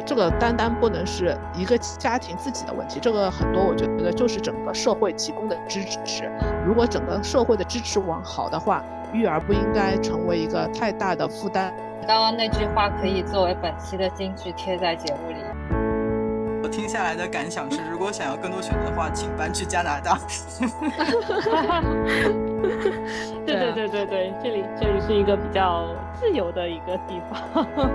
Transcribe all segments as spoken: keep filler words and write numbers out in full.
这个单单不能是一个家庭自己的问题，这个很多我觉得就是整个社会提供的支持。如果整个社会的支持往好的话，育儿不应该成为一个太大的负担。 刚刚那句话可以作为本期的金句贴在节目里。 我听下来的感想是，如果想要更多选择的话，请搬去加拿大。 对对对对对，这里这里是一个比较自由的一个地方。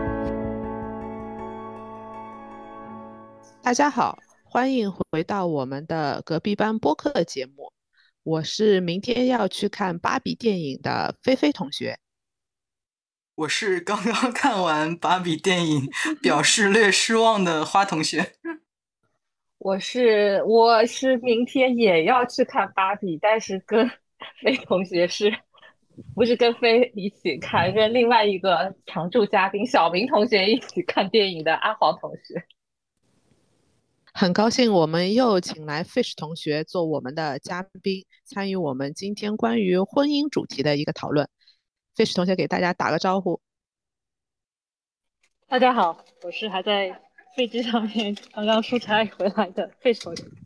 大家好，欢迎回到我们的隔壁班播客节目，我是明天要去看芭比电影的菲菲同学。 我是刚刚看完芭比电影表示略失望的花同学。 我是我是明天也要去看芭比，但是跟菲同学是不是跟菲一起看，跟另外一个常驻嘉宾小明同学一起看电影的阿黄同学。 很高兴我们又请来 Fish 同学做我们的嘉宾，参与我们今天关于婚姻主题的一个讨论。Fish 同学给大家打个招呼。 大家好，我是还在飞机上面刚刚出差回来的 Fish 同学。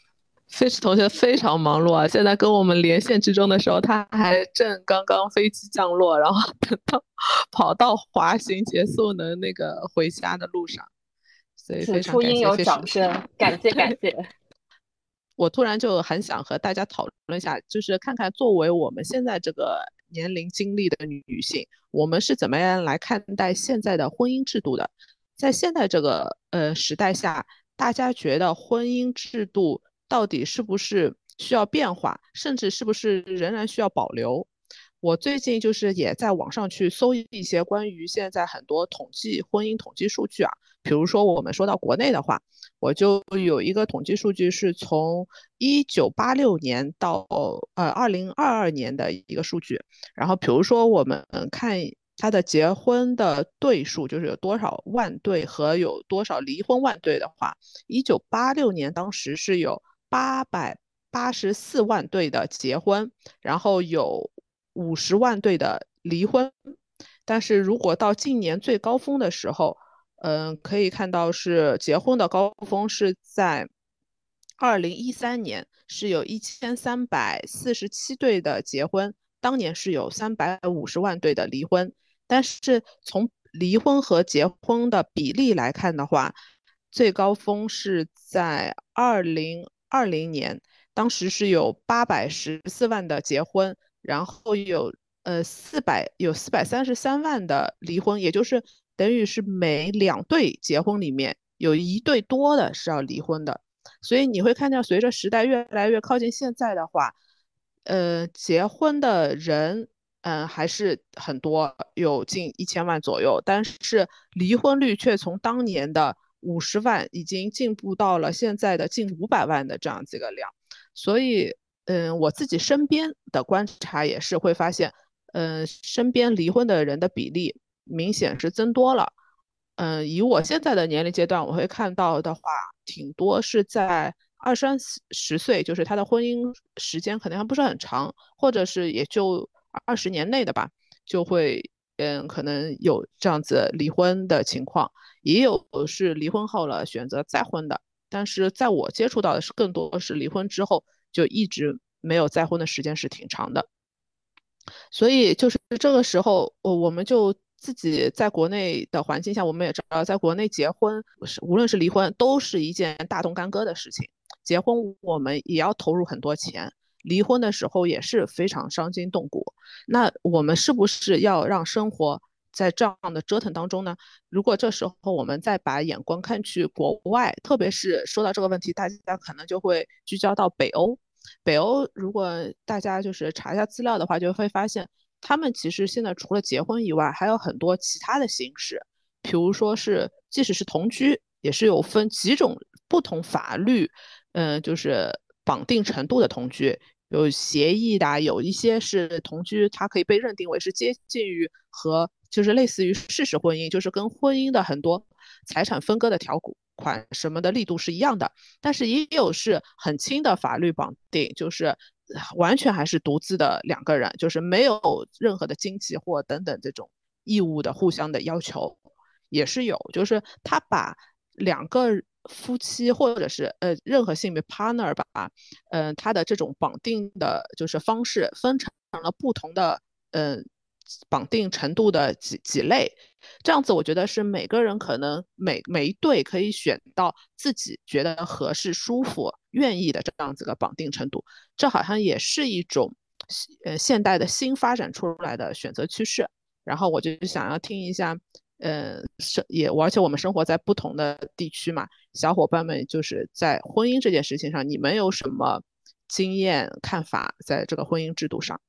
Fish 同学非常忙碌啊，现在跟我们连线之中的时候，他还正刚刚飞机降落，然后等到跑到滑行结束的那个回家的路上。所以非常感谢 Fish。 此处应有掌声，感谢感谢。 我突然就很想和大家讨论一下，就是看看作为我们现在这个年龄经历的女性，我们是怎么样来看待现在的婚姻制度的。在现在这个呃时代下，大家觉得婚姻制度到底是不是需要变化，甚至是不是仍然需要保留。我最近就是也在网上去搜一些关于现在很多统计婚姻统计数据啊，比如说我们说到国内的话，我就有一个统计数据是从一九八六年到呃二零二二年的一个数据，然后比如说我们看它的结婚的对数，就是有多少万对和有多少离婚万对的话，一九八六年当时是有八百八十四万对的结婚，然后有五十万对的离婚。但是如果到今年最高峰的时候，嗯，可以看到是结婚的高峰是在二零一三年，是有一千三百四十七对的结婚，当年是有三百五十万对的离婚。但是从离婚和结婚的比例来看的话，最高峰是在二零二零年，当时是有八百十四万的结婚，然后有呃四百有四百三十三万的离婚，也就是等于是每两对结婚里面有一对多的是要离婚的。所以你会看到，随着时代越来越靠近现在的话，呃，结婚的人，嗯、呃，还是很多，有近一千万左右，但是离婚率却从当年的五十万已经进步到了现在的近五百万的这样子一个量。所以，嗯，我自己身边的观察也是会发现，嗯，身边离婚的人的比例明显是增多了。嗯，以我现在的年龄阶段，我会看到的话，挺多是在二三十岁，就是他的婚姻时间可能还不是很长，或者是也就二十年内的吧，就会嗯，可能有这样子离婚的情况，也有是离婚后了选择再婚的。但是在我接触到的是更多是离婚之后就一直没有再婚的时间是挺长的。所以就是这个时候，我我们就自己在国内的环境下，我们也知道，在国内结婚，无论是离婚，都是一件大动干戈的事情。结婚我们也要投入很多钱，离婚的时候也是非常伤筋动骨。那我们是不是要让生活在这样的折腾当中呢？如果这时候我们再把眼光看去国外，特别是说到这个问题，大家可能就会聚焦到北欧。北欧如果大家就是查一下资料的话，就会发现他们其实现在除了结婚以外，还有很多其他的形式，比如说是即使是同居，也是有分几种不同法律，嗯、呃，就是绑定程度的同居，有协议的，有一些是同居，它可以被认定为是接近于和就是类似于事实婚姻，就是跟婚姻的很多财产分割的条款什么的力度是一样的。但是也有是很轻的法律绑定，就是完全还是独自的两个人，就是没有任何的经济或等等这种义务的互相的要求，也是有，就是他把两个夫妻或者是呃任何性别 partner 把嗯、呃、他的这种绑定的就是方式分成了不同的嗯、呃、绑定程度的几几类，这样子我觉得是每个人可能每每一对可以选到自己觉得合适、舒服、愿意的这样子的绑定程度，这好像也是一种呃现代的新发展出来的选择趋势。然后我就想要听一下，呃，是也，而且我们生活在不同的地区嘛，小伙伴们就是在婚姻这件事情上，你们有什么经验看法在这个婚姻制度上？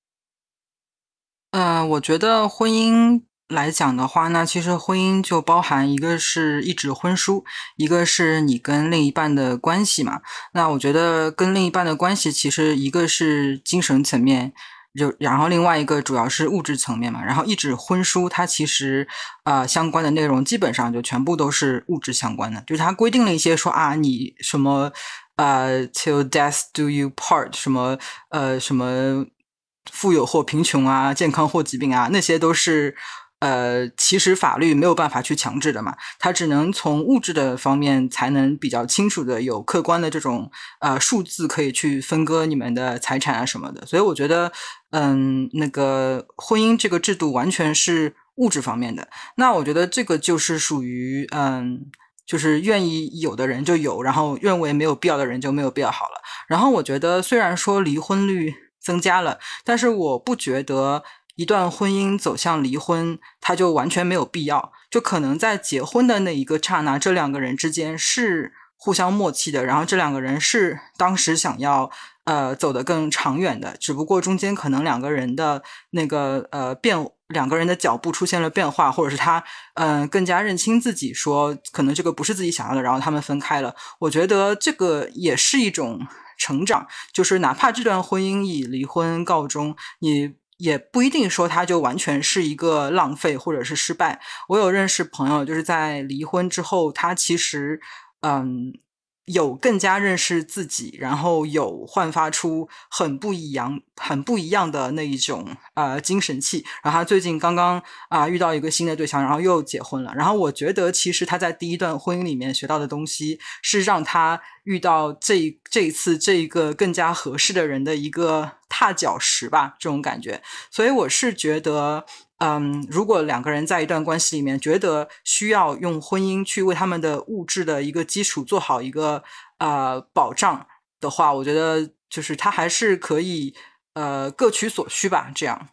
呃，我觉得婚姻来讲的话，那其实婚姻就包含一个是一纸婚书，一个是你跟另一半的关系嘛。那我觉得跟另一半的关系，其实一个是精神层面，就然后另外一个主要是物质层面嘛。然后一纸婚书，它其实呃相关的内容基本上就全部都是物质相关的，就是它规定了一些说啊，你什么呃 till death do you part 什么呃什么。富有或贫穷啊，健康或疾病啊，那些都是呃，其实法律没有办法去强制的嘛，它只能从物质的方面才能比较清楚的有客观的这种呃数字可以去分割你们的财产啊什么的。所以我觉得，嗯，那个婚姻这个制度完全是物质方面的。那我觉得这个就是属于嗯。就是愿意有的人就有，然后认为没有必要的人就没有必要好了。然后我觉得虽然说离婚率增加了，但是我不觉得一段婚姻走向离婚它就完全没有必要，就可能在结婚的那一个刹那，这两个人之间是互相默契的，然后这两个人是当时想要呃走得更长远的，只不过中间可能两个人的那个呃变两个人的脚步出现了变化，或者是他嗯、呃、更加认清自己，说可能这个不是自己想要的，然后他们分开了。我觉得这个也是一种成长，就是哪怕这段婚姻以离婚告终，你也不一定说它就完全是一个浪费或者是失败。我有认识朋友，就是在离婚之后，他其实嗯有更加认识自己，然后有焕发出很不一样、很不一样的那一种呃精神气。然后他最近刚刚啊、呃、遇到一个新的对象，然后又结婚了。然后我觉得其实他在第一段婚姻里面学到的东西，是让他遇到这这一次这一个更加合适的人的一个踏脚石吧，这种感觉。所以我是觉得。嗯，如果两个人在一段关系里面觉得需要用婚姻去为他们的物质的一个基础做好一个呃保障的话，我觉得就是他还是可以呃各取所需吧，这样。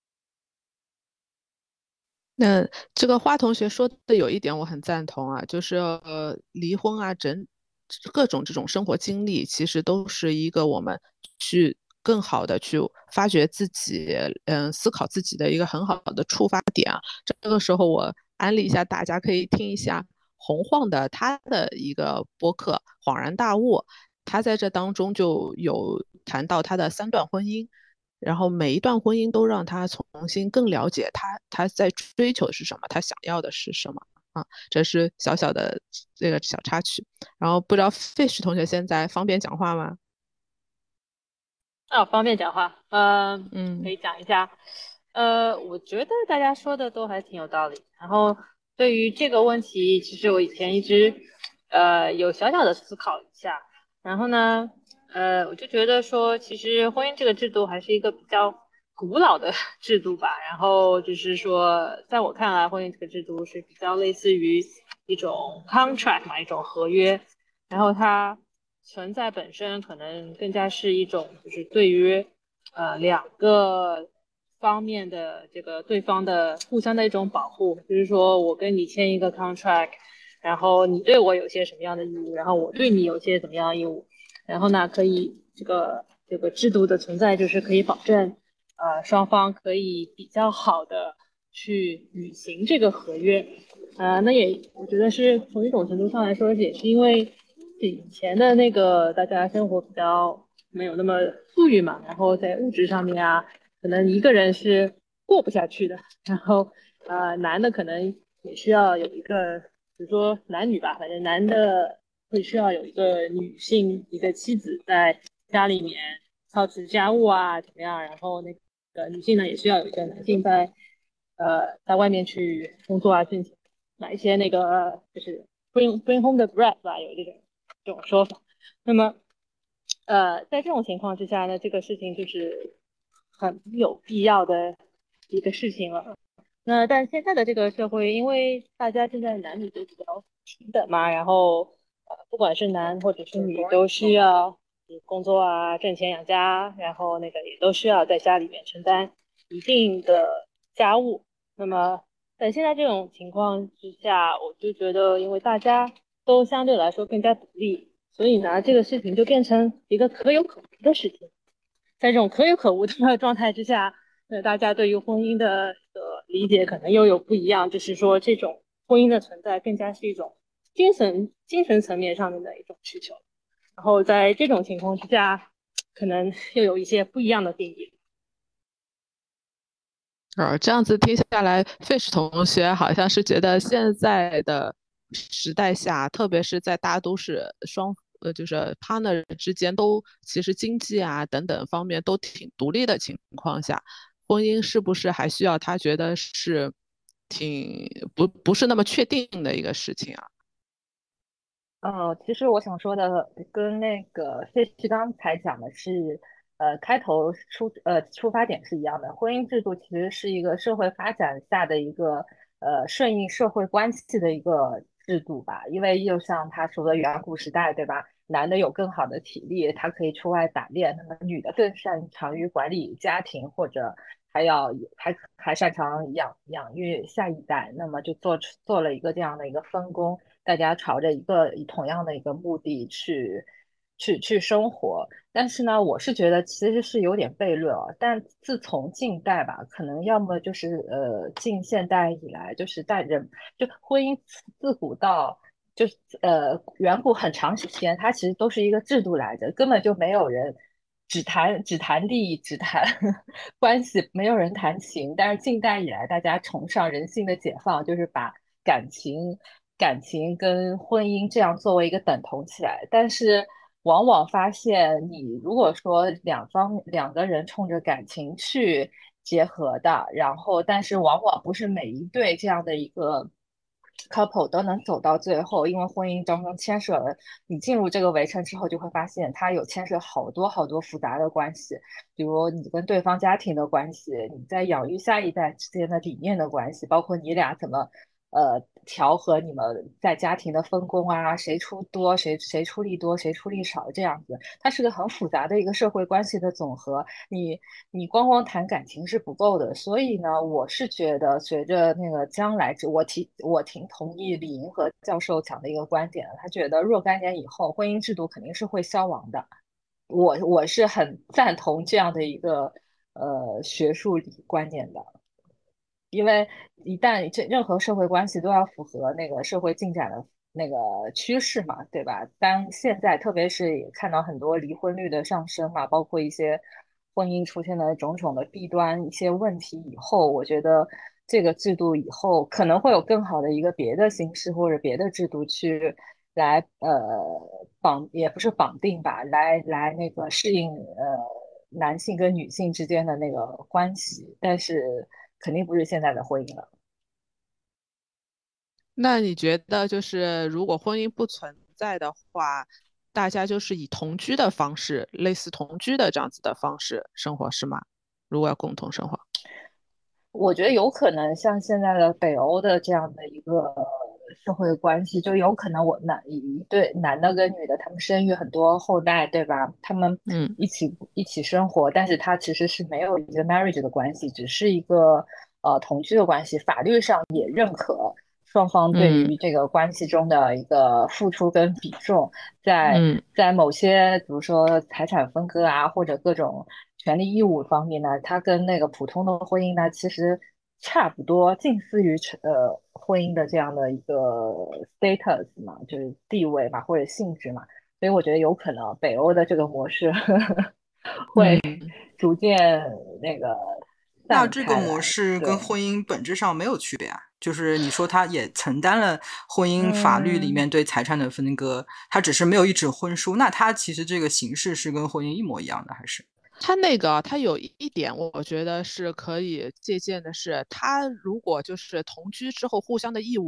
那这个花同学说的有一点我很赞同啊，就是呃离婚啊，整各种这种生活经历，其实都是一个我们去更好的去发掘自己，嗯，思考自己的一个很好的触发点啊。这个时候我安利一下，大家可以听一下洪晃的他的一个播客《恍然大悟》，他在这当中就有谈到他的三段婚姻。然后每一段婚姻都让他重新更了解他他在追求的是什么，他想要的是什么啊？这是小小的这个小插曲。然后不知道 Fish 同学现在方便讲话吗？ 哦，方便讲话，嗯、呃，可嗯以讲一下。呃，我觉得大家说的都还挺有道理。然后对于这个问题，其实我以前一直呃有小小的思考一下。然后呢，呃，我就觉得说，其实婚姻这个制度还是一个比较古老的制度吧。然后就是说，在我看来，婚姻这个制度是比较类似于一种 contract 嘛，一种合约。然后它存在本身可能更加是一种，就是对于呃两个方面的这个对方的互相的一种保护，就是说我跟你签一个 contract，然后你对我有些什么样的义务，然后我对你有些怎么样的义务，然后呢可以这个这个制度的存在就是可以保证呃双方可以比较好的去履行这个合约。呃，那也我觉得是从一种程度上来说，也是因为以前的那个大家生活比较没有那么富裕嘛，然后在物质上面啊，可能一个人是过不下去的，然后呃，男的可能也需要有一个，比如说男女吧，反正男的会需要有一个女性一个妻子在家里面操持家务啊，怎么样，然后那个女性呢也需要有一个男性在呃在外面去工作啊，挣钱。买一些那个就是 bring bring home the bread 吧，有这种这种说法。那么，呃，在这种情况之下呢，这个事情就是很有必要的一个事情了。那但现在的这个社会，因为大家现在男女都比较平等嘛，然后呃，不管是男或者是女，都需要嗯工作啊，挣钱养家，然后那个也都需要在家里面承担一定的家务。那么在现在这种情况之下，我就觉得，因为大家都相对来说更加独立，所以呢，这个事情就变成一个可有可无的事情。在这种可有可无的状态之下，呃，大家对于婚姻的的理解可能又有不一样，就是说这种婚姻的存在更加是一种精神精神层面上面的一种需求。然后在这种情况之下，可能又有一些不一样的定义。 呃，这样子听下来，Fish 同学好像是觉得现在的时代下，特别是在大都市双呃就是 partner 之间都其实经济啊等等方面都挺独立的情况下，婚姻是不是还需要他觉得是挺不不是那么确定的一个事情啊？ 呃，其实我想说的跟那个谢旭刚才讲的是，呃，开头出呃出发点是一样的。婚姻制度其实是一个社会发展下的一个呃顺应社会关系的一个制度吧。因为就像他说的远古时代，对吧？男的有更好的体力，他可以出外打猎，那么女的更擅长于管理家庭，或者还要还还擅长养养育下一代，那么就做出做了一个这样的一个分工。大家朝着一个同样的一个目的去去去生活。但是呢，我是觉得其实是有点悖论啊。但自从近代吧，可能要么就是呃近现代以来，就是代人就婚姻自自古到就是呃远古很长时间，它其实都是一个制度来着，根本就没有人。只谈只谈利益，只谈关系，没有人谈情。但是近代以来，大家崇尚人性的解放，就是把感情感情跟婚姻这样作为一个等同起来，但是往往发现，你如果说两方两个人冲着感情去结合的，然后但是往往不是每一对这样的一个 couple 都能走到最后，因为婚姻当中牵涉了，你进入这个围城之后，就会发现它有牵涉好多好多复杂的关系，比如你跟对方家庭的关系，你在养育下一代之间的理念的关系，包括你俩怎么呃调和你们在家庭的分工啊，谁出多，谁谁出力多，谁出力少这样子，它是个很复杂的一个社会关系的总和。你你光光谈感情是不够的，所以呢，我是觉得随着那个将来，我提我挺同意李银河教授讲的一个观点，他觉得若干年以后，婚姻制度肯定是会消亡的。我我是很赞同这样的一个呃学术理观点的。因为一旦这任何社会关系都要符合那个社会进展的那个趋势嘛，对吧？当现在特别是也看到很多离婚率的上升嘛，包括一些婚姻出现的种种的弊端、一些问题以后，我觉得这个制度以后可能会有更好的一个别的形式或者别的制度去来呃绑，也不是绑定吧，来来那个适应呃男性跟女性之间的那个关系，但是肯定不是现在的婚姻了。 那你觉得就是如果婚姻不存在的话，大家就是以同居的方式，类似同居的这样子的方式生活是吗？如果要共同生活。 我觉得有可能像现在的北欧的这样的一个社会关系，就有可能我男一对男的跟女的，他们生育很多后代，对吧？他们嗯一起一起生活，但是他其实是没有一个 marriage 的关系，只是一个呃同居的关系，法律上也认可双方对嗯于这个关系中的一个付出跟比重，在嗯。 在某些比如说财产分割啊，或者各种权利义务方面呢，它跟那个普通的婚姻呢，其实差不多，近似于呃婚姻的这样的一个 status 嘛，就是地位嘛，或者性质嘛。所以我觉得有可能北欧的这个模式会嗯。 逐渐那个散那这个开来。 模式跟对， 婚姻本质上没有区别啊，就是你说他也承担了婚姻法律里嗯。 面对财产的分割，他只是没有一纸婚书，那他其实这个形式是跟婚姻一模一样的，还是？ 他那个，他有一点，我觉得是可以借鉴的是，他如果就是同居之后互相的义务，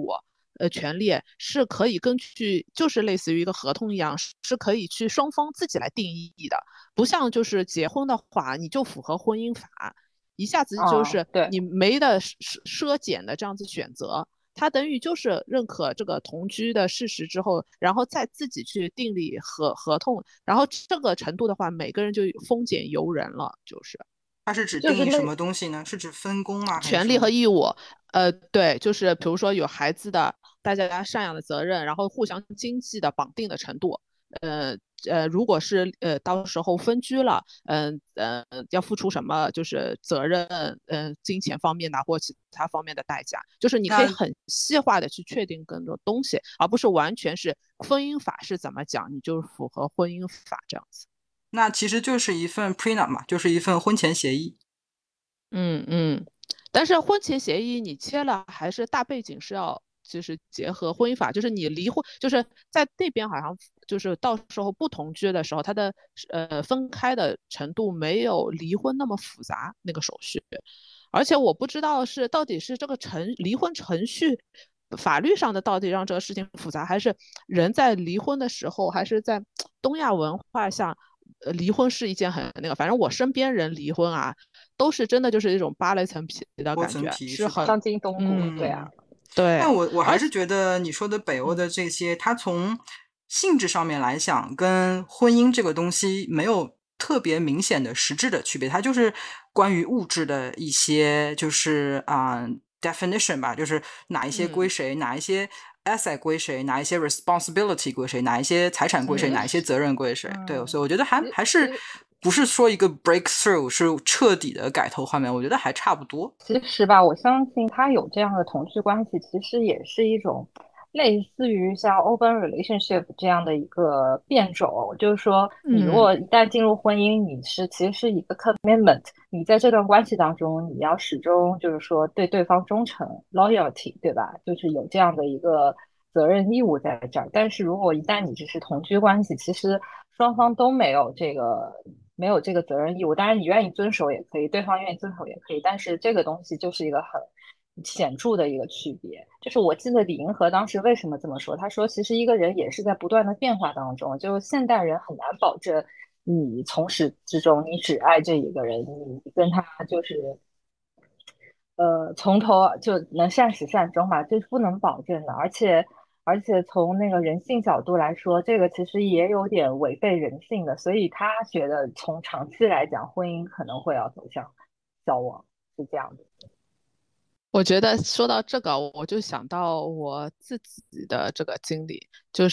呃权利是可以根据就是类似于一个合同一样，是可以去双方自己来定义的，不像就是结婚的话，你就符合婚姻法，一下子就啊， 是对， 你没的奢减的这样子选择。他等于就是认可这个同居的事实之后，然后再自己去订立合合同，然后这个程度的话，每个人就丰俭由人了，就是。 它是指就是类定义什么东西呢？是指分工吗？还是权利和什么？ 义务，呃，对，就是比如说有孩子的，大家赡养的责任，然后互相经济的绑定的程度，呃呃，如果是呃到时候分居了，嗯呃, 呃要付出什么就是责任，嗯、呃，金钱方面的或其他方面的代价，就是你可以那很细化的去确定更多东西，而不是完全是婚姻法是怎么讲，你就符合婚姻法这样子。 那其实就是一份 prenup 嘛，就是一份婚前协议。 嗯嗯，但是婚前协议你签了，还是大背景是要就是结合婚姻法，就是你离婚，就是在那边好像就是到时候不同居的时候，它的呃分开的程度没有离婚那么复杂那个手续，而且我不知道是到底是这个程离婚程序法律上的到底让这个事情复杂，还是人在离婚的时候，还是在东亚文化下。呃，离婚是一件很那个，反正我身边人离婚啊，都是真的就是一种扒了一层皮的剥层感觉， 皮是吧？ 是很， 伤筋动骨，对嗯， 啊， 对， 但我我还而且， 是觉得你说的北欧嗯的这些，它从性质上面来讲，跟婚姻这个东西没有特别明显的实质的区别，它就是关于物质的一些就是啊、呃、definition 吧，就是哪一些归嗯谁，哪一些 asset 归谁，哪一些 responsibility 归谁，哪一些财产归谁， 其嗯哪一些责任归谁。对， 嗯， 所以我觉得还其实还是其实不是说一个 breakthrough 是彻底的改头换面，我觉得还差不多。 其实吧，我相信他有这样的同居关系，其实也是一种类似于像 open relationship 这样的一个变种。就是说，你如嗯果一旦进入婚姻，你是其实是一个 commitment，你在这段关系当中，你要始终就是说对对方忠诚 loyalty，对吧？就是有这样的一个责任义务在这儿。但是如果一旦你只是同居关系，其实双方都没有这个没有这个责任义务。当然，你愿意遵守也可以，对方愿意遵守也可以，但是这个东西就是一个很显著的一个区别。就是我记得李银河当时为什么这么说，他说其实一个人也是在不断的变化当中，就是现代人很难保证你从始至终你只爱这一个人，你跟他就是呃，从头就能善始善终嘛，这是不能保证的。而且，而且从那个人性角度来说，这个其实也有点违背人性的。所以他觉得从长期来讲，婚姻可能会要走向消亡，是这样的。 我觉得说到这个，我就想到我自己的这个经历，就是，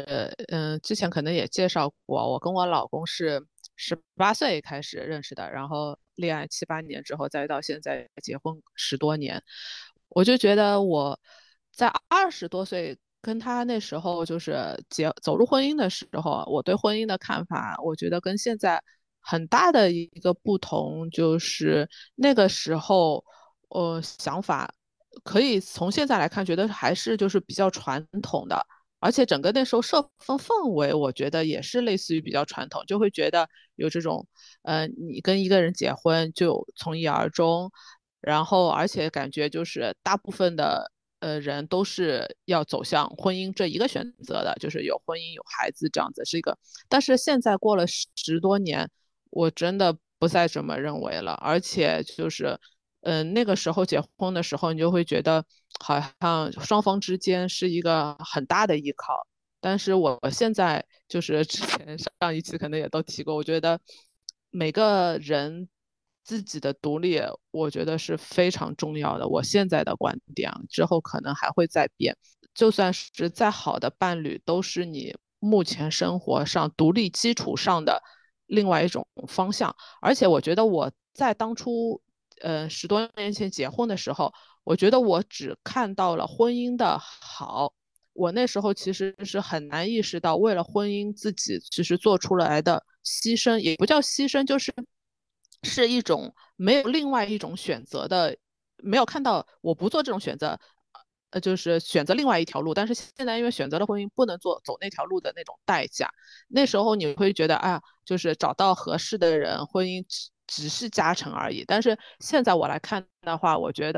嗯，之前可能也介绍过，我跟我老公是十八岁开始认识的，然后恋爱七八年之后，再到现在结婚十多年，我就觉得我在二十多岁跟他那时候就是结走入婚姻的时候，我对婚姻的看法，我觉得跟现在很大的一个不同就是那个时候。呃，想法可以从现在来看，觉得还是就是比较传统的，而且整个那时候社氛氛围，我觉得也是类似于比较传统，就会觉得有这种，呃，你跟一个人结婚就从一而终，然后而且感觉就是大部分的呃人都是要走向婚姻这一个选择的，就是有婚姻有孩子这样子是一个，但是现在过了十多年，我真的不再这么认为了，而且就是。嗯、呃，那个时候结婚的时候，你就会觉得好像双方之间是一个很大的依靠。但是我现在就是之前上一期可能也都提过，我觉得每个人自己的独立，我觉得是非常重要的。我现在的观点啊，之后可能还会再变。就算是再好的伴侣，都是你目前生活上独立基础上的另外一种方向。而且我觉得我在当初。呃，十多年前结婚的时候，我觉得我只看到了婚姻的好，我那时候其实是很难意识到，为了婚姻自己其实做出来的牺牲，也不叫牺牲，就是是一种没有另外一种选择的，没有看到我不做这种选择，呃，就是选择另外一条路。但是现在因为选择了婚姻，不能做走那条路的那种代价，那时候你会觉得，啊，就是找到合适的人，婚姻只只是加成而已。但是现在我来看的话，我觉得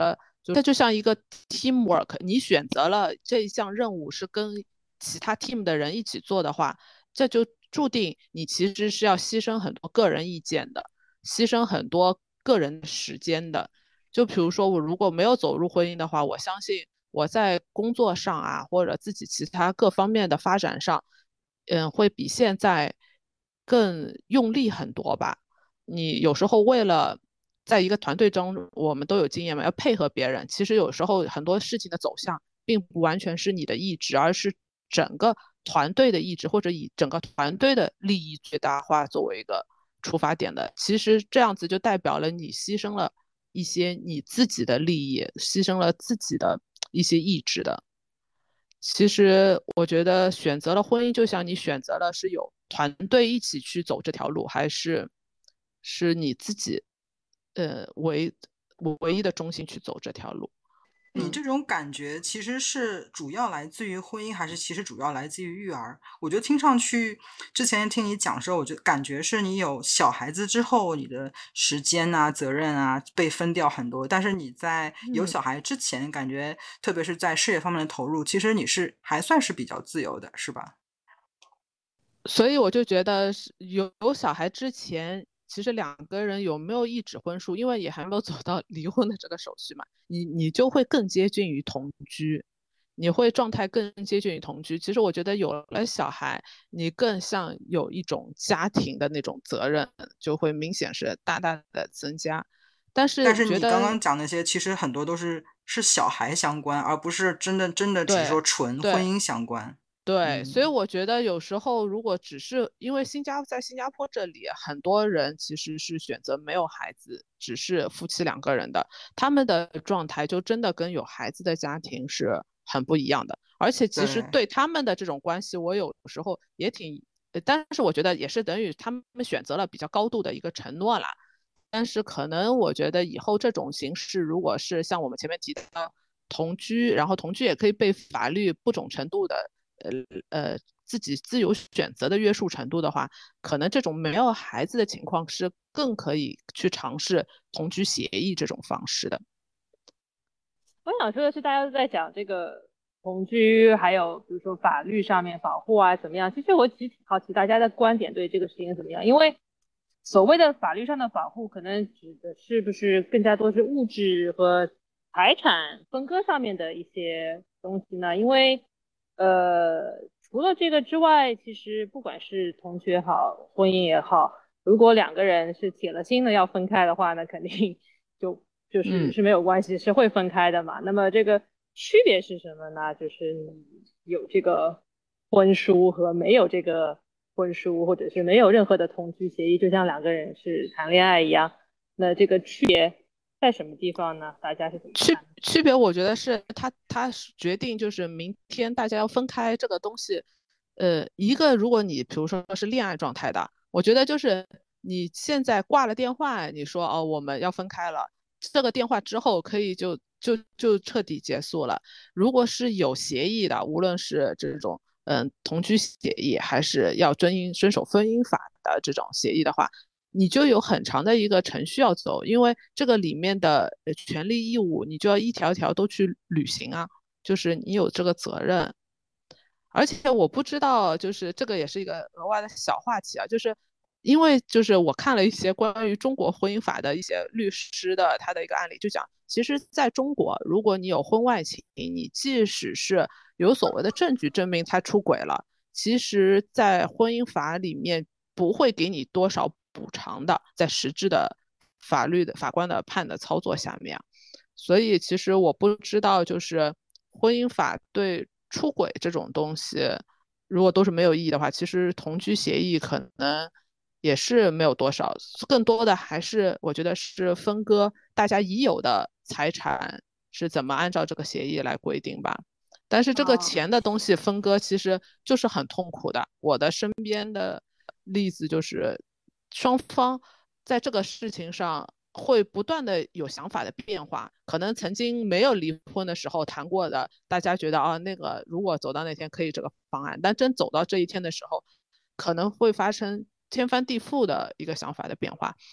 就这就像一个 teamwork， 你选择了这一项任务是跟其他 team 的人一起做的话，这就注定你其实是要牺牲很多个人意见的，牺牲很多个人时间的。就比如说我如果没有走入婚姻的话，我相信我在工作上啊，或者自己其他各方面的发展上，嗯，会比现在更用力很多吧。你有时候为了在一个团队中，我们都有经验嘛，要配合别人。其实有时候很多事情的走向，并不完全是你的意志，而是整个团队的意志，或者以整个团队的利益最大化作为一个出发点的。其实这样子就代表了你牺牲了一些你自己的利益，牺牲了自己的一些意志的。其实我觉得选择了婚姻，就像你选择了是有团队一起去走这条路，还是是你自己呃唯唯一的中心去走这条路。 你这种感觉其实是主要来自于婚姻，还是其实主要来自于育儿？我觉得听上去，之前听你讲的时候，我就感觉是你有小孩子之后，你的时间啊、责任啊被分掉很多，但是你在有小孩之前，感觉特别是在事业方面的投入，其实你是还算是比较自由的，是吧？ 所以我就觉得有有小孩之前，其实两个人有没有一纸婚书，因为也还没有走到离婚的这个手续嘛，你你就会更接近于同居，你会状态更接近于同居。其实我觉得有了小孩，你更像有一种家庭的那种责任，就会明显是大大的增加。但是但是觉得你刚刚讲那些，其实很多都是是小孩相关，而不是真的真的只是对说纯婚对姻相关。 对，所以嗯， 我觉得有时候如果只是因为新加在新加坡这里，很多人其实是选择没有孩子，只是夫妻两个人的，他们的状态就真的跟有孩子的家庭是很不一样的。而且其实对。 对他们的这种关系，我有时候也挺，呃但是我觉得也是等于他们选择了比较高度的一个承诺啦。但是可能我觉得以后这种形式，如果是像我们前面提到同居，然后同居也可以被法律不种程度的。呃呃自己自由选择的约束程度的话，可能这种没有孩子的情况是更可以去尝试同居协议这种方式的。 我想说的是，大家都在讲这个同居，还有比如说法律上面保护啊怎么样？其实我其实挺好奇大家的观点对这个事情怎么样，因为所谓的法律上的保护，可能指的是不是更加多是物质和财产分割上面的一些东西呢？因为呃，除了这个之外，其实不管是同居也好，婚姻也好，如果两个人是铁了心的要分开的话，那肯定就就是嗯。 是没有关系，是会分开的嘛。那么这个区别是什么呢？就是你有这个婚书和没有这个婚书，或者是没有任何的同居协议，就像两个人是谈恋爱一样。那这个区别在什么地方呢？大家是怎么区看的？ 区别，我觉得是他他决定就是明天大家要分开这个东西，呃，一个如果你比如说是恋爱状态的，我觉得就是你现在挂了电话，你说哦我们要分开了，这个电话之后可以就就就彻底结束了。如果是有协议的，无论是这种嗯同居协议，还是要遵应遵守婚姻法的这种协议的话，你就有很长的一个程序要走，因为这个里面的呃权利义务，你就要一条一条都去履行啊，就是你有这个责任。而且我不知道，就是这个也是一个额外的小话题啊，就是因为就是我看了一些关于中国婚姻法的一些律师的他的一个案例，就讲，其实在中国，如果你有婚外情，你即使是有所谓的证据证明他出轨了，其实在婚姻法里面不会给你多少补偿的，在实质的法律的法官的判的操作下面啊。所以其实我不知道，就是婚姻法对出轨这种东西，如果都是没有意义的话，其实同居协议可能也是没有多少，更多的还是我觉得是分割大家已有的财产是怎么按照这个协议来规定吧。但是这个啊， 钱的东西分割其实就是很痛苦的。我的身边的例子就是双方在这个事情上会不断的有想法的变化，可能曾经没有离婚的时候谈过的，大家觉得啊那个如果走到那天可以这个方案，但真走到这一天的时候，可能会发生天翻地覆的一个想法的变化。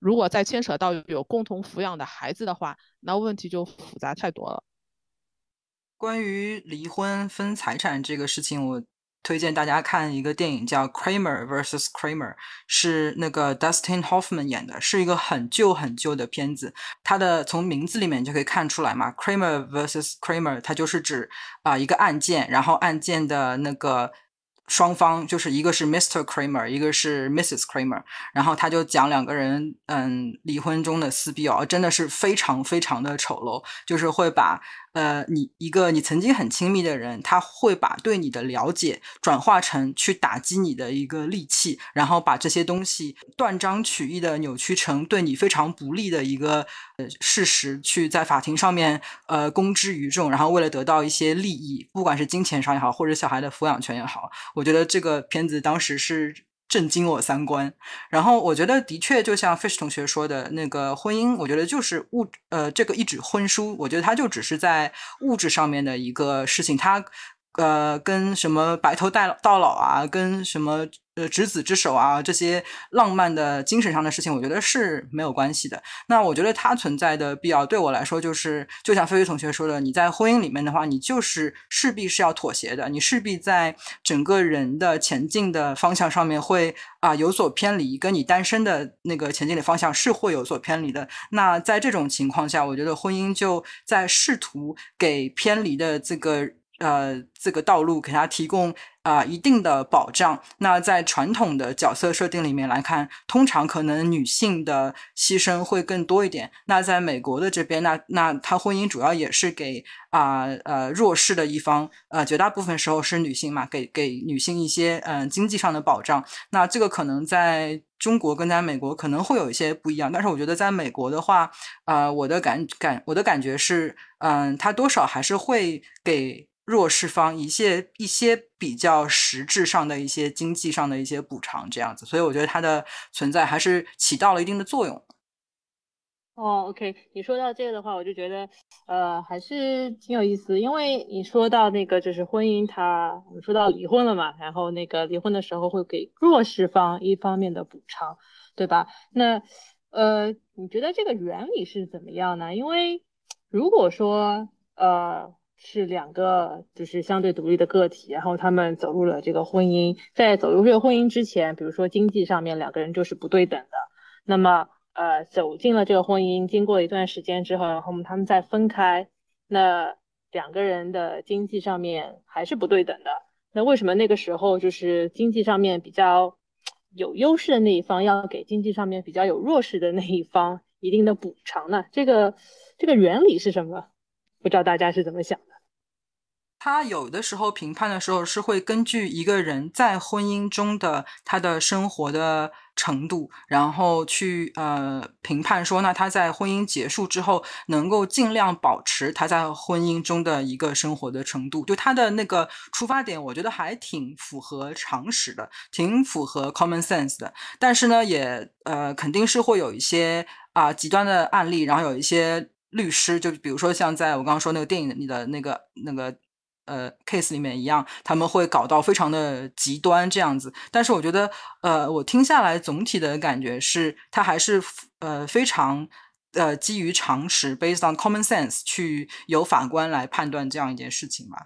如果再牵扯到有共同抚养的孩子的话，那问题就复杂太多了。 关于离婚分财产这个事情，我推荐大家看一个电影叫 Kramer versus Kramer， 是那个 Dustin Hoffman 演的，是一个很旧很旧的片子。它的从名字里面就可以看出来嘛， Kramer versus Kramer 它就是指啊、呃、一个案件，然后案件的那个双方就是一个是 Mister Kramer， 一个是 Missus Kramer， 然后他就讲两个人嗯离婚中的撕逼哦，真的是非常非常的丑陋，就是会把呃你一个你曾经很亲密的人，他会把对你的了解转化成去打击你的一个利器，然后把这些东西断章取义的扭曲成对你非常不利的一个呃事实，去在法庭上面呃公之于众，然后为了得到一些利益，不管是金钱上也好，或者小孩的抚养权也好，我觉得这个片子当时是震惊我三观。然后我觉得的确就像 Fish 同学说的，那个婚姻我觉得就是物呃这个一纸婚书，我觉得它就只是在物质上面的一个事情，它呃跟什么白头到老啊，跟什么呃执子之手啊，这些浪漫的精神上的事情我觉得是没有关系的。那我觉得它存在的必要对我来说就是就像飞飞同学说的，你在婚姻里面的话，你就是势必是要妥协的，你势必在整个人的前进的方向上面会啊、呃、有所偏离，跟你单身的那个前进的方向是会有所偏离的。那在这种情况下，我觉得婚姻就在试图给偏离的这个呃，这个道路给他提供啊、呃、一定的保障。那在传统的角色设定里面来看，通常可能女性的牺牲会更多一点。那在美国的这边，那那他婚姻主要也是给啊 呃, 呃弱势的一方，呃绝大部分时候是女性嘛，给给女性一些嗯、呃、经济上的保障。那这个可能在中国跟在美国可能会有一些不一样，但是我觉得在美国的话，呃，我的感感我的感觉是，嗯、呃，它多少还是会给弱势方一些一些比较实质上的一些经济上的一些补偿这样子，所以我觉得它的存在还是起到了一定的作用。 哦 ，OK， 你说到这个的话，我就觉得，呃，还是挺有意思，因为你说到那个就是婚姻它，我们说到离婚了嘛，然后那个离婚的时候会给弱势方一方面的补偿，对吧？那，呃，你觉得这个原理是怎么样呢？因为如果说，呃，是两个就是相对独立的个体，然后他们走入了这个婚姻，在走入这个婚姻之前，比如说经济上面两个人就是不对等的，那么呃走进了这个婚姻，经过一段时间之后，然后他们再分开，那两个人的经济上面还是不对等的。那为什么那个时候就是经济上面比较有优势的那一方要给经济上面比较有弱势的那一方一定的补偿呢？这个这个原理是什么？不知道大家是怎么想的？ 他有的时候评判的时候是会根据一个人在婚姻中的他的生活的程度，然后去呃评判说，那他在婚姻结束之后能够尽量保持他在婚姻中的一个生活的程度。就他的那个出发点，我觉得还挺符合常识的，挺符合 common sense 的。但是呢，也呃肯定是会有一些啊、呃、极端的案例，然后有一些律师，就比如说像在我刚刚说那个电影里的那个那个。呃 case 里面一样，他们会搞到非常的极端这样子。但是我觉得呃我听下来总体的感觉是它还是呃非常呃基于常识 based on common sense 去由法官来判断这样一件事情吧。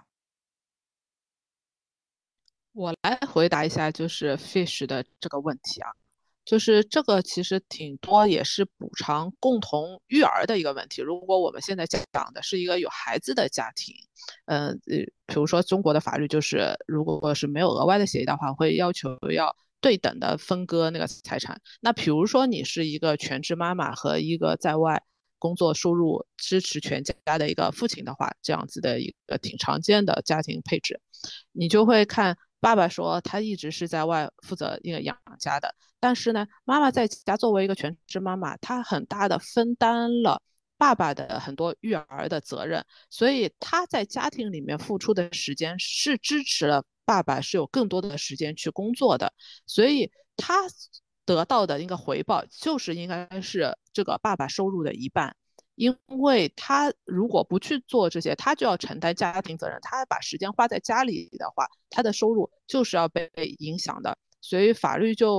我来回答一下就是 Fish 的这个问题啊，就是这个其实挺多也是补偿共同育儿的一个问题。如果我们现在讲的是一个有孩子的家庭，呃，比如说中国的法律就是，如果是没有额外的协议的话，会要求要对等的分割那个财产。那比如说你是一个全职妈妈和一个在外工作收入支持全家的一个父亲的话，这样子的一个挺常见的家庭配置，你就会看爸爸说他一直是在外负责一个养家的，但是呢，妈妈在家作为一个全职妈妈，她很大的分担了爸爸的很多育儿的责任，所以她在家庭里面付出的时间是支持了爸爸是有更多的时间去工作的，所以她得到的一个回报就是应该是这个爸爸收入的一半。因为他如果不去做这些，他就要承担家庭责任，他把时间花在家里的话，他的收入就是要被影响的。所以法律就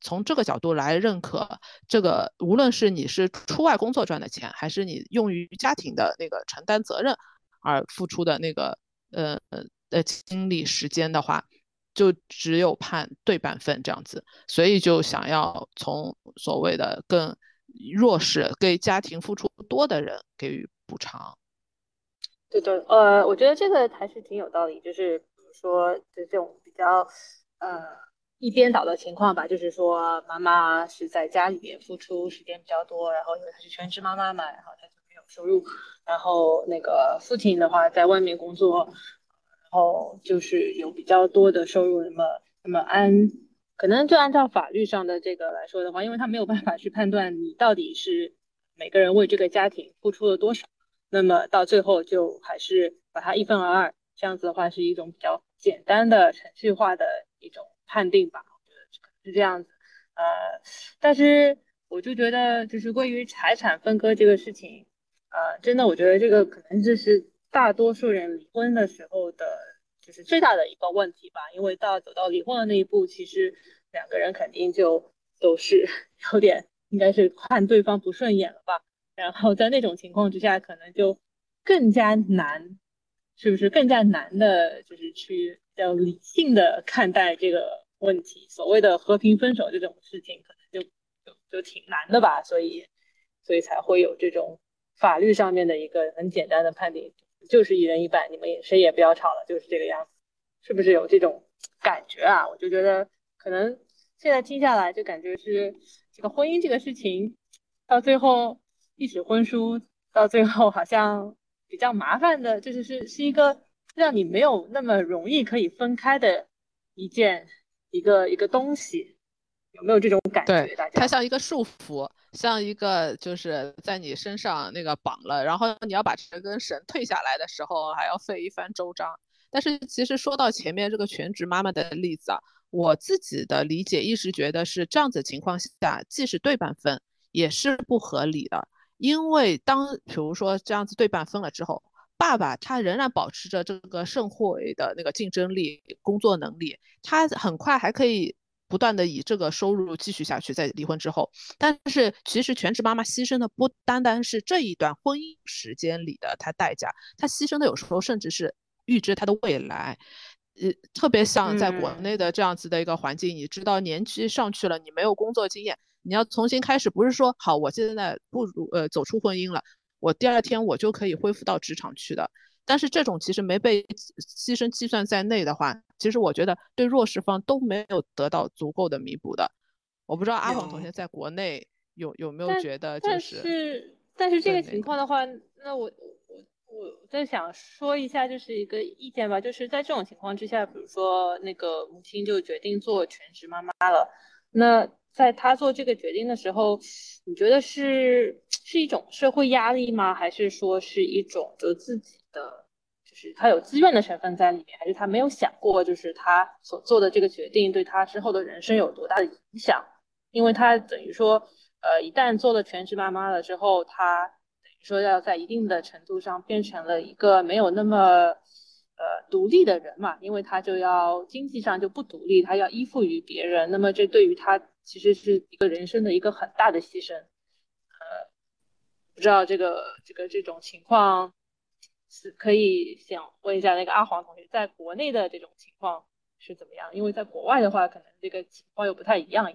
从这个角度来认可这个，无论是你是出外工作赚的钱，还是你用于家庭的那个承担责任而付出的那个呃呃精力时间的话，就只有判对半分这样子，所以就想要从所谓的更弱势、给家庭付出多的人给予补偿。 对的，呃，我觉得这个还是挺有道理，就是比如说就这种比较呃一边倒的情况吧，就是说妈妈是在家里面付出时间比较多，然后因为她是全职妈妈嘛，然后她就没有收入，然后那个父亲的话在外面工作，然后就是有比较多的收入，那么那么按可能就按照法律上的这个来说的话，因为他没有办法去判断你到底是每个人为这个家庭付出了多少。那么到最后就还是把它一分为二，这样子的话是一种比较简单的程序化的一种判定吧，我觉得可能是这样子。呃，但是我就觉得就是关于财产分割这个事情，呃，真的我觉得这个可能就是大多数人离婚的时候的，就是最大的一个问题吧，因为到走到离婚的那一步，其实两个人肯定就都是有点应该是看对方不顺眼了吧。然后在那种情况之下，可能就更加难，是不是更加难的，就是去比较理性的看待这个问题。所谓的和平分手这种事情，可能就就就挺难的吧，所以所以才会有这种法律上面的一个很简单的判定，就是一人一半，你们也谁也不要吵了，就是这个样子，是不是有这种感觉啊？我就觉得可能现在听下来，就感觉是这个婚姻这个事情，到最后。一纸婚书到最后好像比较麻烦的，就是是是一个让你没有那么容易可以分开的一件一个一个东西，有没有这种感对， 觉？大家？ 它像一个束缚，像一个就是在你身上那个绑了，然后你要把这根绳退下来的时候，还要费一番周章。但是其实说到前面这个全职妈妈的例子啊，我自己的理解一直觉得是这样子情况下，即使对半分也是不合理的。因为当比如说这样子对半分了之后，爸爸他仍然保持着这个社会的那个竞争力、工作能力，他很快还可以不断的以这个收入继续下去，在离婚之后。但是其实全职妈妈牺牲的不单单是这一段婚姻时间里的她代价，她牺牲的有时候甚至是预知她的未来。呃，特别像在国嗯， 内的这样子的一个环境，你知道年纪上去了，你没有工作经验，你要重新开始，不是说好我现在不如呃走出婚姻了，我第二天我就可以恢复到职场去的。但是这种其实没被牺牲计算在内的话，其实我觉得对弱势方都没有得到足够的弥补的。我不知道阿黄同有学在国内有有没有但觉得就但是是但是这个更那个。 情况的话，那我我我在想说一下，就是一个意见吧，就是在这种情况之下，比如说那个母亲就决定做全职妈妈了，那在她做这个决定的时候，你觉得是是一种社会压力吗？还是说是一种就自己的，就是她有自愿的成分在里面，还是她没有想过，就是她所做的这个决定对她之后的人生有多大的影响？因为她等于说。呃，一旦做了全职妈妈了之后，她等于说要在一定的程度上变成了一个没有那么呃独立的人嘛，因为她就要经济上就不独立，她要依附于别人，那么这对于她其实是一个人生的一个很大的牺牲。呃，不知道这个这个这种情况是可以想问一下那个阿黄同学，在国内的这种情况是怎么样？因为在国外的话，可能这个情况又不太一样。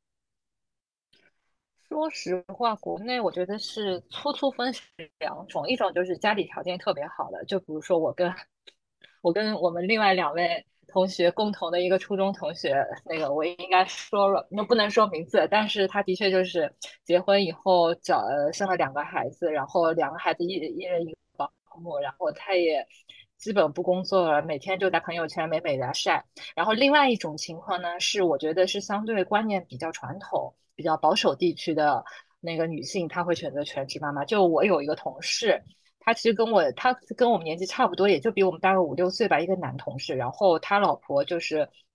说实话，国内我觉得是粗粗分两种，一种就是家里条件特别好的，就比如说我跟我跟我们另外两位同学共同的一个初中同学，那个我应该说了，那不能说名字，但是他的确就是结婚以后找呃生了两个孩子，然后两个孩子一一人一个保姆，然后他也基本不工作了，每天就在朋友圈美美的晒。然后另外一种情况呢，是我觉得是相对观念比较传统、比较保守地区的那个女性，她会选择全职妈妈。就我有一个同事。他其实跟我，他跟我们年纪差不多，也就比我们大个五六岁吧，一个男同事。然后他老婆就是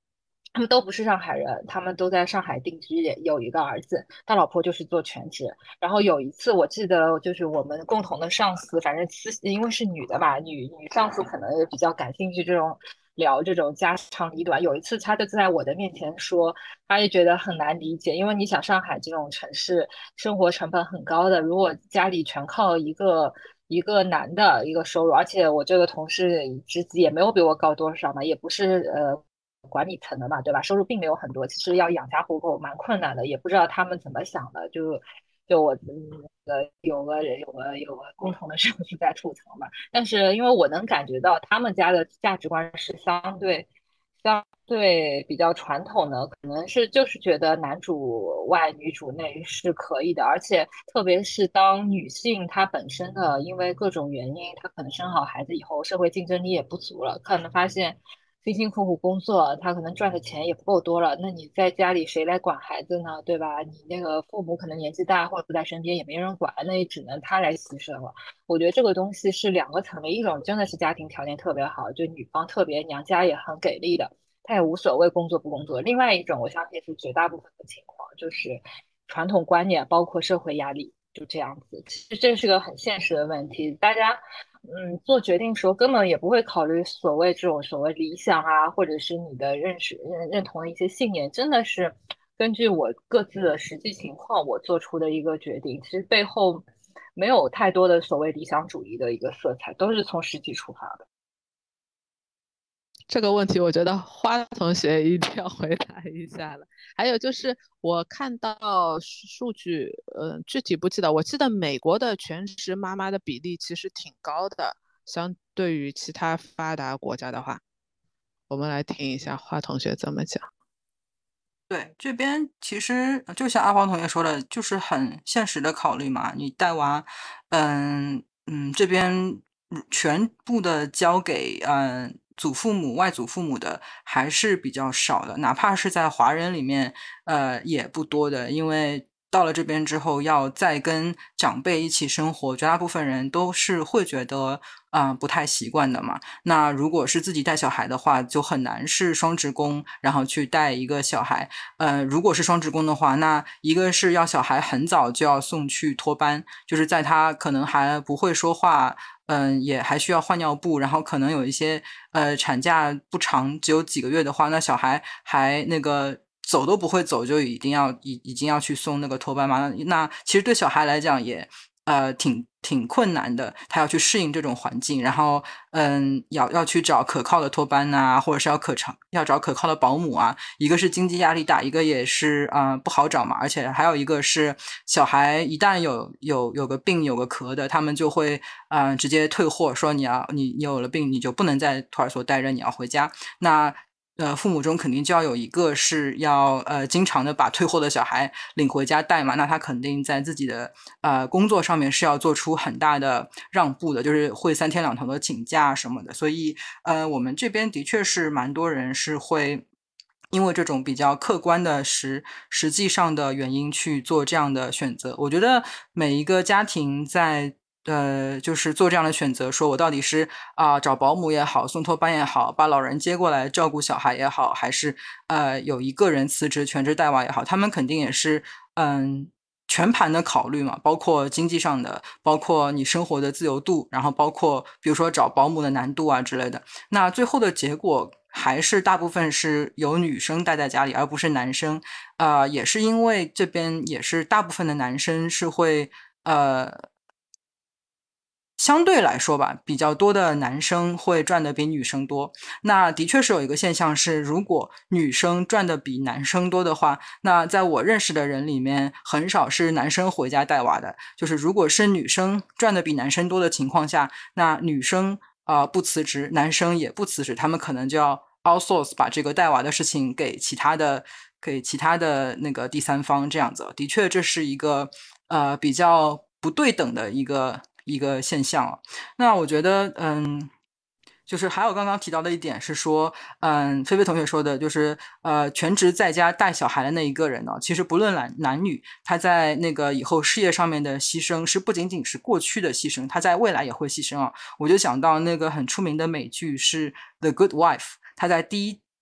他们都不是上海人，他们都在上海定居，有一个儿子，他老婆就是做全职。然后有一次我记得就是我们共同的上司，反正因为是女的嘛，女女上司可能也比较感兴趣这种聊这种家长里短。有一次他就在我的面前说，他也觉得很难理解，因为你想上海这种城市生活成本很高的，如果家里全靠一个一个男的一个收入，而且我这个同事职级也没有比我高多少嘛，也不是呃。管理层的嘛，对吧？收入并没有很多，其实要养家糊口蛮困难的，也不知道他们怎么想的。就就我嗯呃有个有个有个共同的上司在吐槽嘛，但是因为我能感觉到他们家的价值观是相对相对比较传统的，可能是就是觉得男主外女主内是可以的，而且特别是当女性她本身的因为各种原因，她可能生好孩子以后，社会竞争力也不足了，可能发现。辛辛苦苦工作，他可能赚的钱也不够多了，那你在家里谁来管孩子呢？对吧？你那个父母可能年纪大或者不在身边，也没人管，那也只能他来牺牲了。我觉得这个东西是两个层面，一种真的是家庭条件特别好，就女方特别娘家也很给力的，她也无所谓工作不工作。另外一种，我相信是绝大部分的情况，就是传统观念包括社会压力。就这样子，其实这是个很现实的问题。大家，嗯，做决定的时候根本也不会考虑所谓这种所谓理想啊，或者是你的认识认认同的一些信念，真的是根据我各自的实际情况我做出的一个决定。其实背后没有太多的所谓理想主义的一个色彩，都是从实际出发的。 这个问题我觉得花同学一定要回答一下了。还有就是我看到数据，呃，具体不记得，我记得美国的全职妈妈的比例其实挺高的，相对于其他发达国家的话，我们来听一下花同学怎么讲。 对，这边其实就像阿黄同学说的，就是很现实的考虑嘛。你带娃，嗯嗯，这边全部的交给嗯祖父母、外祖父母的还是比较少的，哪怕是在华人里面，呃，也不多的，因为。到了这边之后，要再跟长辈一起生活，绝大部分人都是会觉得啊、呃、不太习惯的嘛。那如果是自己带小孩的话，就很难是双职工，然后去带一个小孩。呃，如果是双职工的话，那一个是要小孩很早就要送去托班，就是在他可能还不会说话。嗯、呃，也还需要换尿布，然后可能有一些呃产假不长，只有几个月的话，那小孩还那个走都不会走，就一定要已已经要去送那个托班嘛。那那其实对小孩来讲也呃挺挺困难的，他要去适应这种环境，然后嗯要要去找可靠的托班啊，或者是要可找要找可靠的保姆啊。一个是经济压力大，一个也是啊、呃、不好找嘛，而且还有一个是小孩一旦有有有个病有个咳的，他们就会啊、呃、直接退货，说你要你你有了病你就不能在托儿所待着，你要回家。那呃，父母中肯定就要有一个是要呃经常的把退货的小孩领回家带嘛，那他肯定在自己的呃工作上面是要做出很大的让步的，就是会三天两头的请假什么的。所以呃，我们这边的确是蛮多人是会因为这种比较客观的实实际上的原因去做这样的选择。我觉得每一个家庭在呃，就是做这样的选择，说我到底是啊、呃、找保姆也好，送托班也好，把老人接过来照顾小孩也好，还是呃有一个人辞职全职带娃也好，他们肯定也是嗯全盘的考虑嘛，包括经济上的，包括你生活的自由度，然后包括比如说找保姆的难度啊之类的。那最后的结果还是大部分是由女生待在家里，而不是男生。呃，也是因为这边也是大部分的男生是会呃。相对来说吧，比较多的男生会赚的比女生多。那的确是有一个现象是，如果女生赚的比男生多的话，那在我认识的人里面，很少是男生回家带娃的。就是如果是女生赚的比男生多的情况下，那女生啊、呃、不辞职，男生也不辞职，他们可能就要 outsource 把这个带娃的事情给其他的给其他的那个第三方这样子。的确，这是一个呃比较不对等的一个。一个现象啊。那我觉得嗯就是还有刚刚提到的一点是说嗯菲菲同学说的就是呃全职在家带小孩的那一个人呢、啊，其实不论男男女，他在那个以后事业上面的牺牲是不仅仅是过去的牺牲，他在未来也会牺牲啊。我就想到那个很出名的美剧是 The Good Wife， 他在第一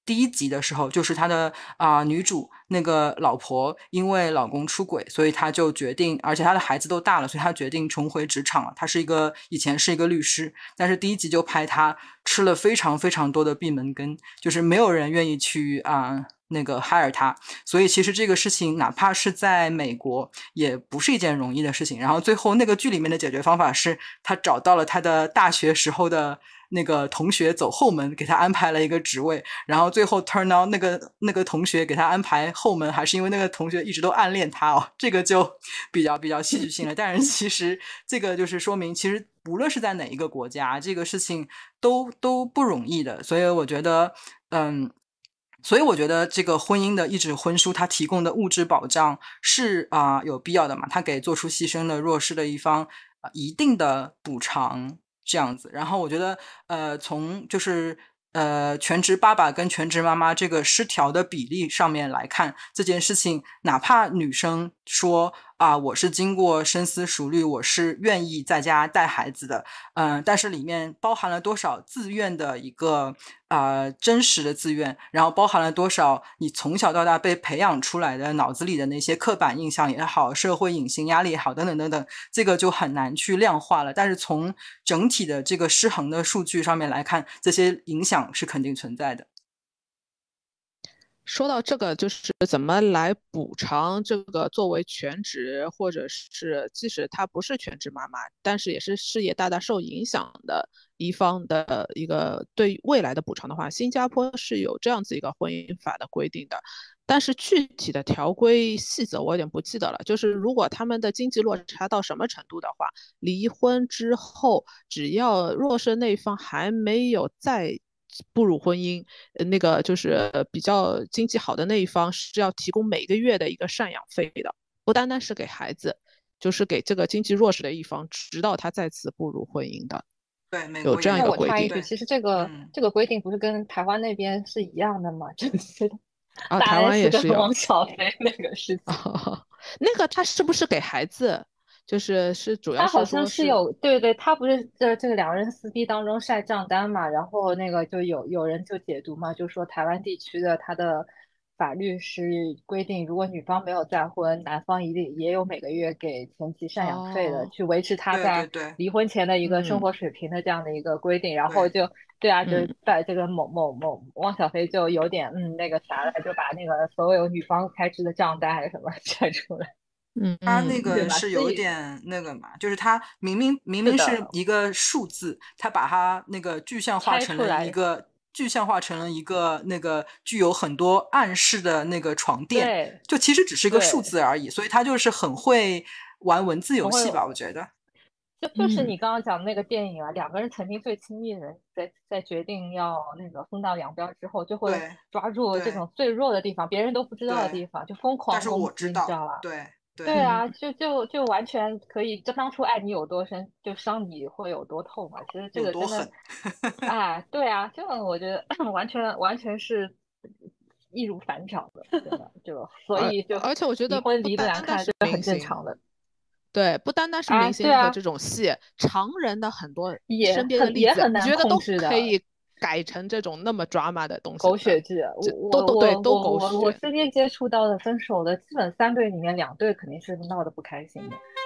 第一集的时候，就是他的啊、呃、女主那个老婆因为老公出轨，所以他就决定，而且他的孩子都大了，所以他决定重回职场了。他是一个以前是一个律师，但是第一集就拍他吃了非常非常多的闭门羹，就是没有人愿意去啊。呃那个 hire 他，所以其实这个事情哪怕是在美国也不是一件容易的事情。然后最后那个剧里面的解决方法是他找到了他的大学时候的那个同学走后门，给他安排了一个职位，然后最后 turn out 那个那个同学给他安排后门，还是因为那个同学一直都暗恋他哦，这个就比较比较戏剧性了。但是其实这个就是说明，其实无论是在哪一个国家，这个事情都都不容易的。所以我觉得，嗯。所以我觉得这个婚姻的一纸婚书它提供的物质保障是啊、呃、有必要的嘛，它给做出牺牲的弱势的一方、呃、一定的补偿这样子。然后我觉得呃从就是呃全职爸爸跟全职妈妈这个失调的比例上面来看，这件事情哪怕女生说啊我是经过深思熟虑，我是愿意在家带孩子的，嗯、呃，但是里面包含了多少自愿的一个呃真实的自愿，然后包含了多少你从小到大被培养出来的脑子里的那些刻板印象也好，社会隐形压力也好，等等等等，这个就很难去量化了。但是从整体的这个失衡的数据上面来看，这些影响是肯定存在的。 说到这个，就是怎么来补偿这个作为全职，或者是即使她不是全职妈妈，但是也是事业大大受影响的一方的一个对未来的补偿的话，新加坡是有这样子一个婚姻法的规定的。但是具体的条规细则我有点不记得了。就是如果他们的经济落差到什么程度的话，离婚之后，只要弱势那一方还没有再步入婚姻，那个就是比较经济好的那一方是要提供每个月的一个赡养费的，不单单是给孩子，就是给这个经济弱势的一方，直到他再次步入婚姻的。 对，美有这样一国也有那我插一句， 个规定。 其实这个、 嗯、 这个规定不是跟台湾那边是一样的吗？就是啊， 大台湾 S 跟也是有。 汪小菲那个事情。 哦，那个他是不是给孩子？就是是主要是他好像说是是有，对对，他不是这这个两人撕逼当中晒账单嘛，然后那个就有有人就解读嘛，就说台湾地区的他的法律是规定，如果女方没有再婚，男方一定也有每个月给前妻赡养费的， 哦， 去维持他在对对对离婚前的一个生嗯活水平的这样的一个规定，然后对就对啊，就是嗯在这个某某某汪小菲就有点嗯那个啥了，就把那个所有女方开支的账单还是什么晒出来。 嗯他那嗯， 对吧？ 个是有所以点那个嘛，就是他明明明明是是的， 一个数字，他把它那个具象化成了一拆出来， 个具象化成了一个那个具有很多暗示的那个床垫， 对就其实只是一个数对。 字而已，所以他就是很会玩文字游很会， 戏吧，我觉得。 就就是嗯你刚刚讲的那个电影啊，两个人曾经最亲密的人在在决定要那个分道扬镳之后，就会对抓住这对种最弱的地方，别人都不知道的对， 地方，就疯但是狂攻击，你知我知道， 道吧？ 对对， 嗯， 对啊，就就就完全可以，就当初爱你有多深，就伤你会有多痛嘛。其实这个真的， 有多狠。 哎，对啊，这个我觉得完全完全是易如反掌的，真的就所而以就而且我觉得离婚离得不单难看， 单是这是很正明星， 常的对，不单单是啊。 明对啊， 星的这种戏，常人的很多也身边的很也例子， 很难控你觉得都制的。 可以改成这种那么 drama 的东西的， 狗血剧，我这都我都对， 我我都狗我我血。 身边接触到的分手的，基本三对里面两对肯定是闹得不开心的。